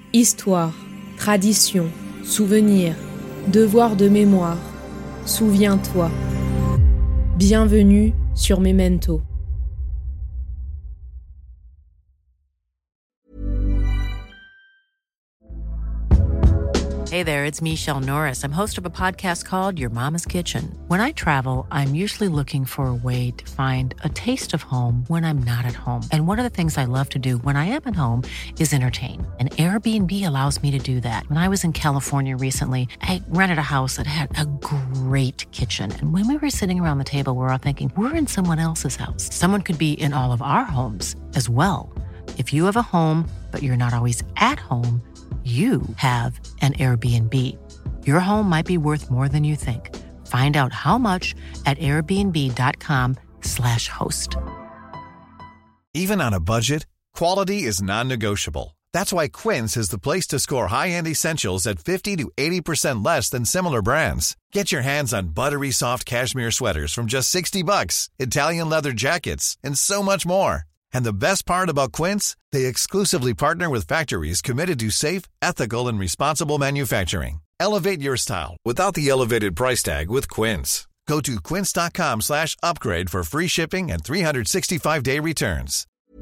Histoire, tradition, souvenir, devoir de mémoire, souviens-toi. Bienvenue sur Memento. Hey there, it's Michelle Norris. I'm host of a podcast called Your Mama's Kitchen. When I travel, I'm usually looking for a way to find a taste of home when I'm not at home. And one of the things I love to do when I am at home is entertain. And Airbnb allows me to do that. When I was in California recently, I rented a house that had a great kitchen. And when we were sitting around the table, we were all thinking, we're in someone else's house. Someone could be in all of our homes as well. If you have a home, but you're not always at home, you have an Airbnb. Your home might be worth more than you think. Find out how much at airbnb.com/host. Even on a budget, quality is non-negotiable. That's why Quince is the place to score high-end essentials at 50 to 80% less than similar brands. Get your hands on buttery soft cashmere sweaters from just $60, Italian leather jackets, and so much more. And the best part about Quince, they exclusively partner with factories committed to safe, ethical, and responsible manufacturing. Elevate your style without the elevated price tag with Quince. Go to quince.com/upgrade for free shipping and 365-day returns.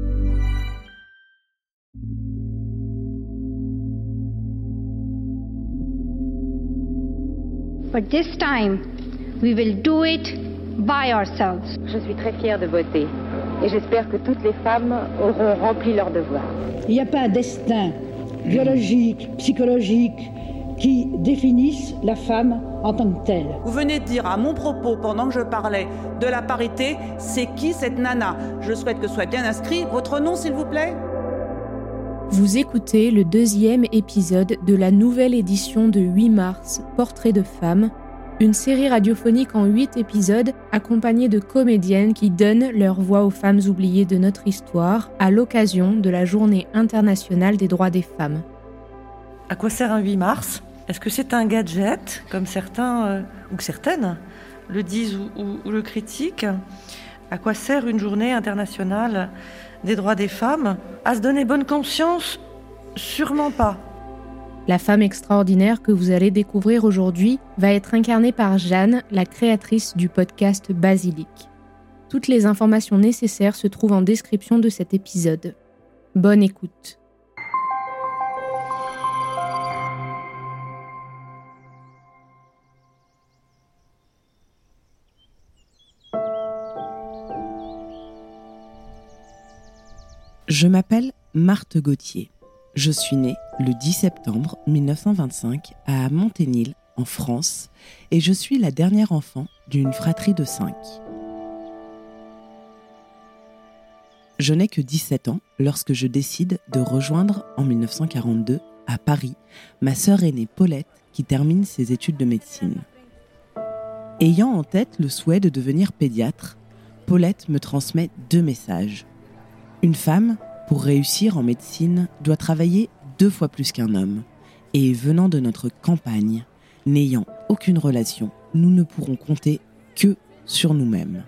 But this time, we will do it by ourselves. Je suis très fière de voter et j'espère que toutes les femmes auront rempli leur devoir. Il n'y a pas un destin biologique, psychologique qui définisse la femme en tant que telle. Vous venez de dire à mon propos, pendant que je parlais de la parité, c'est qui cette nana ? Je souhaite que soit bien inscrit votre nom, s'il vous plaît. Vous écoutez le 2e épisode de la nouvelle édition de 8 mars, Portrait de femme, une série radiophonique en 8 épisodes accompagnée de comédiennes qui donnent leur voix aux femmes oubliées de notre histoire à l'occasion de la Journée internationale des droits des femmes. À quoi sert un 8 mars ? Est-ce que c'est un gadget, comme certains ou certaines le disent ou le critiquent ? À quoi sert une Journée internationale des droits des femmes ? À se donner bonne conscience ? Sûrement pas. La femme extraordinaire que vous allez découvrir aujourd'hui va être incarnée par Jeanne, la créatrice du podcast Basilic. Toutes les informations nécessaires se trouvent en description de cet épisode. Bonne écoute. Je m'appelle Marthe Gauthier. Je suis née le 10 septembre 1925 à Monténil, en France, et je suis la dernière enfant d'une fratrie de 5. Je n'ai que 17 ans lorsque je décide de rejoindre en 1942, à Paris, ma sœur aînée Paulette qui termine ses études de médecine. Ayant en tête le souhait de devenir pédiatre, Paulette me transmet 2 messages. Une femme, pour réussir en médecine, doit travailler 2 fois plus qu'un homme. Et venant de notre campagne, n'ayant aucune relation, nous ne pourrons compter que sur nous-mêmes.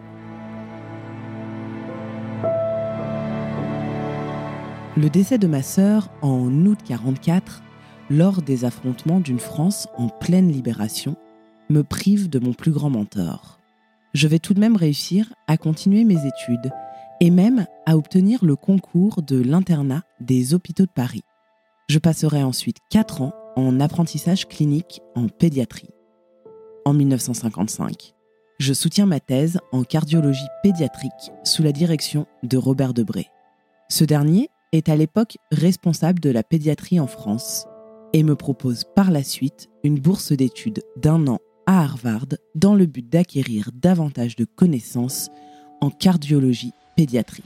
Le décès de ma sœur en août 1944, lors des affrontements d'une France en pleine libération, me prive de mon plus grand mentor. Je vais tout de même réussir à continuer mes études et même à obtenir le concours de l'internat des hôpitaux de Paris. Je passerai ensuite 4 ans en apprentissage clinique en pédiatrie. En 1955, je soutiens ma thèse en cardiologie pédiatrique sous la direction de Robert Debré. Ce dernier est à l'époque responsable de la pédiatrie en France et me propose par la suite une bourse d'études d'1 an à Harvard dans le but d'acquérir davantage de connaissances en cardiologie pédiatrique.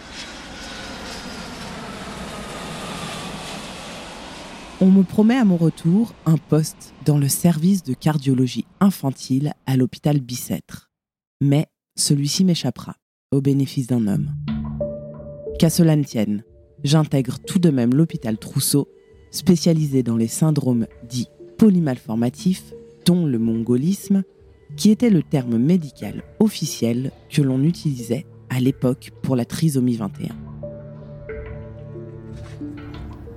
On me promet à mon retour un poste dans le service de cardiologie infantile à l'hôpital Bicêtre. Mais celui-ci m'échappera, au bénéfice d'un homme. Qu'à cela ne tienne, j'intègre tout de même l'hôpital Trousseau, spécialisé dans les syndromes dits polymalformatifs, dont le mongolisme, qui était le terme médical officiel que l'on utilisait à l'époque pour la trisomie 21.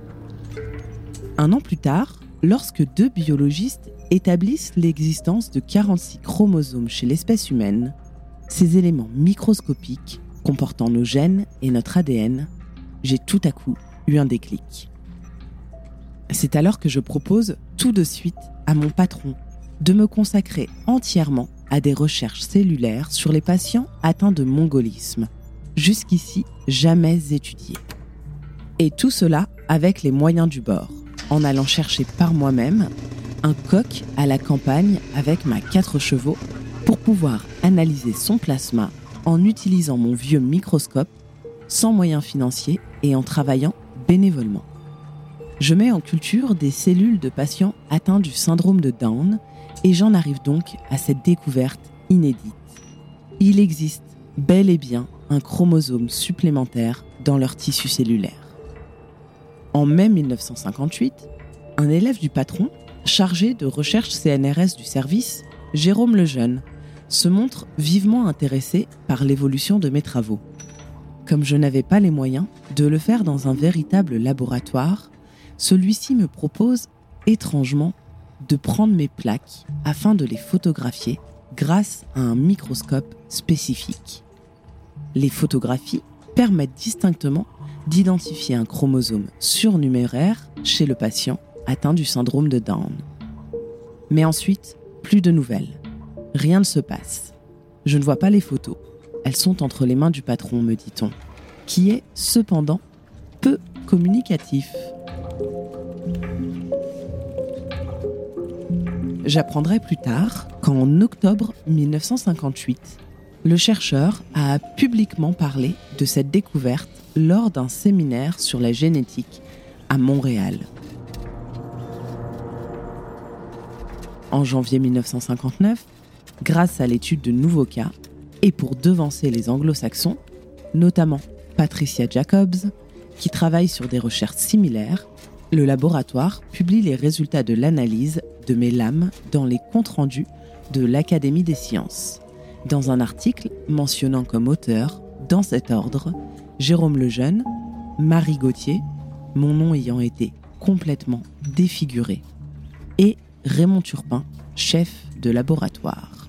Un an plus tard, lorsque 2 biologistes établissent l'existence de 46 chromosomes chez l'espèce humaine, ces éléments microscopiques comportant nos gènes et notre ADN, j'ai tout à coup eu un déclic. C'est alors que je propose tout de suite à mon patron de me consacrer entièrement à des recherches cellulaires sur les patients atteints de mongolisme, jusqu'ici jamais étudiés. Et tout cela avec les moyens du bord, en allant chercher par moi-même un coq à la campagne avec ma 4 chevaux pour pouvoir analyser son plasma en utilisant mon vieux microscope, sans moyens financiers et en travaillant bénévolement. Je mets en culture des cellules de patients atteints du syndrome de Down et j'en arrive donc à cette découverte inédite. Il existe bel et bien un chromosome supplémentaire dans leur tissu cellulaire. En mai 1958, un élève du patron, chargé de recherche CNRS du service, Jérôme Lejeune, se montre vivement intéressé par l'évolution de mes travaux. Comme je n'avais pas les moyens de le faire dans un véritable laboratoire, celui-ci me propose, étrangement, de prendre mes plaques afin de les photographier grâce à un microscope spécifique. Les photographies permettent distinctement d'identifier un chromosome surnuméraire chez le patient atteint du syndrome de Down. Mais ensuite, plus de nouvelles. Rien ne se passe. Je ne vois pas les photos. Elles sont entre les mains du patron, me dit-on, qui est cependant peu communicatif. J'apprendrai plus tard qu'en octobre 1958, le chercheur a publiquement parlé de cette découverte lors d'un séminaire sur la génétique à Montréal. En janvier 1959, grâce à l'étude de nouveaux cas, et pour devancer les anglo-saxons, notamment Patricia Jacobs, qui travaille sur des recherches similaires, le laboratoire publie les résultats de l'analyse de mes lames dans les comptes rendus de l'Académie des sciences, dans un article mentionnant comme auteurs, dans cet ordre, Jérôme Lejeune, Marie Gauthier, mon nom ayant été complètement défiguré, et Raymond Turpin, chef de laboratoire.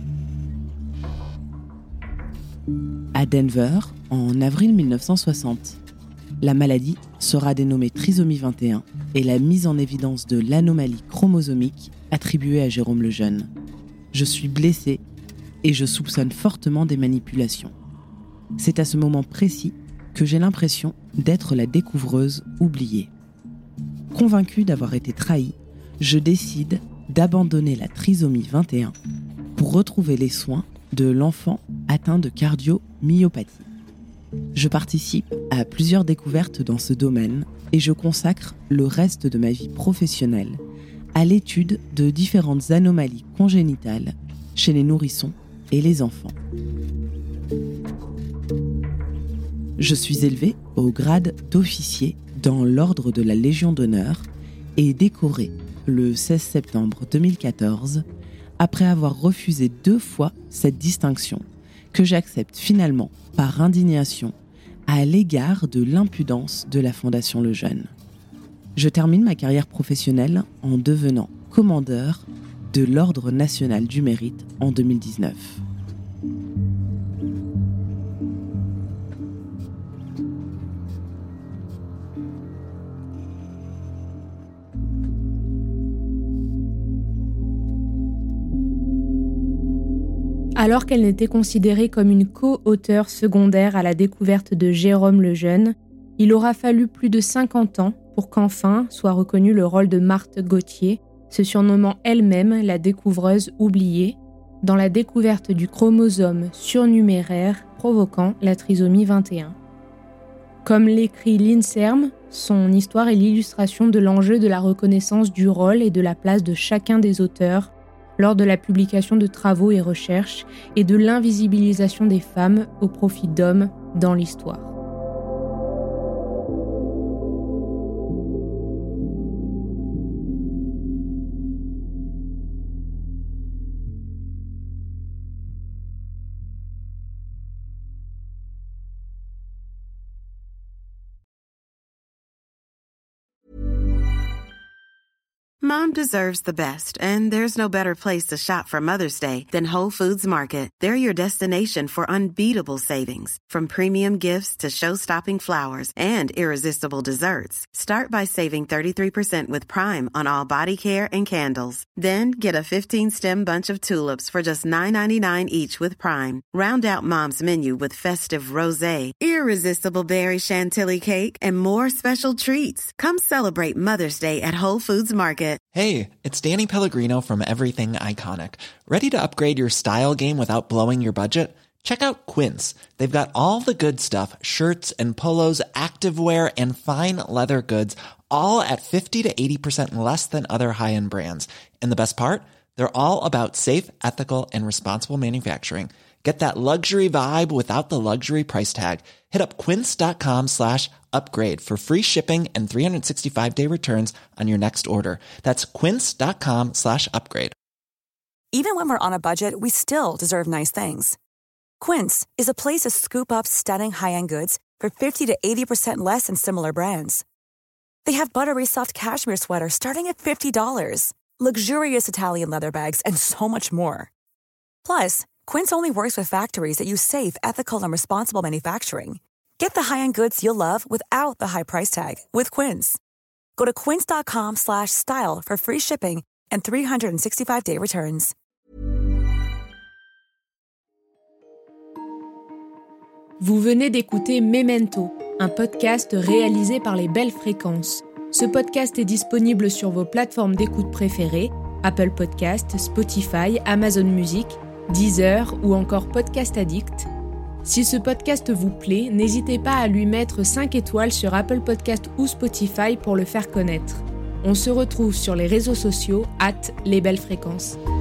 À Denver, en avril 1960, la maladie sera dénommée trisomie 21 et la mise en évidence de l'anomalie chromosomique attribuée à Jérôme Lejeune. Je suis blessée et je soupçonne fortement des manipulations. C'est à ce moment précis que j'ai l'impression d'être la découvreuse oubliée. Convaincue d'avoir été trahie, je décide d'abandonner la trisomie 21 pour retrouver les soins de l'enfant atteint de cardiomyopathie. Je participe à plusieurs découvertes dans ce domaine et je consacre le reste de ma vie professionnelle à l'étude de différentes anomalies congénitales chez les nourrissons et les enfants. Je suis élevée au grade d'officier dans l'ordre de la Légion d'honneur et décorée le 16 septembre 2014 après avoir refusé 2 fois cette distinction que j'accepte finalement par indignation à l'égard de l'impudence de la Fondation Lejeune. Je termine ma carrière professionnelle en devenant commandeur de l'Ordre national du mérite en 2019. Alors qu'elle n'était considérée comme une co-auteure secondaire à la découverte de Jérôme Lejeune, il aura fallu plus de 50 ans pour qu'enfin soit reconnu le rôle de Marthe Gauthier, se surnommant elle-même la découvreuse oubliée, dans la découverte du chromosome surnuméraire provoquant la trisomie 21. Comme l'écrit l'INSERM, son histoire est l'illustration de l'enjeu de la reconnaissance du rôle et de la place de chacun des auteurs lors de la publication de travaux et recherches et de l'invisibilisation des femmes au profit d'hommes dans l'histoire. Mom deserves the best, and there's no better place to shop for Mother's Day than Whole Foods Market. They're your destination for unbeatable savings, from premium gifts to show-stopping flowers and irresistible desserts. Start by saving 33% with Prime on all body care and candles. Then get a 15-stem bunch of tulips for just $9.99 each with Prime. Round out Mom's menu with festive rosé, irresistible berry chantilly cake, and more special treats. Come celebrate Mother's Day at Whole Foods Market. Hey, it's Danny Pellegrino from Everything Iconic. Ready to upgrade your style game without blowing your budget? Check out Quince. They've got all the good stuff, shirts and polos, activewear, and fine leather goods, all at 50 to 80% less than other high-end brands. And the best part? They're all about safe, ethical, and responsible manufacturing. Get that luxury vibe without the luxury price tag. Hit up quince.com/upgrade for free shipping and 365-day returns on your next order. That's quince.com/upgrade. Even when we're on a budget, we still deserve nice things. Quince is a place to scoop up stunning high-end goods for 50 to 80% less than similar brands. They have buttery soft cashmere sweaters starting at $50, luxurious Italian leather bags, and so much more. Plus, Quince only works with factories that use safe, ethical, and responsible manufacturing. Get the high-end goods you'll love without the high price tag with Quince. Go to quince.com/style for free shipping and 365-day returns. Vous venez d'écouter Memento, un podcast réalisé par les Belles Fréquences. Ce podcast est disponible sur vos plateformes d'écoute préférées, Apple Podcasts, Spotify, Amazon Music, Deezer ou encore Podcast Addict. Si ce podcast vous plaît, n'hésitez pas à lui mettre 5 étoiles sur Apple Podcasts ou Spotify pour le faire connaître. On se retrouve sur les réseaux sociaux @lesbellesfréquences.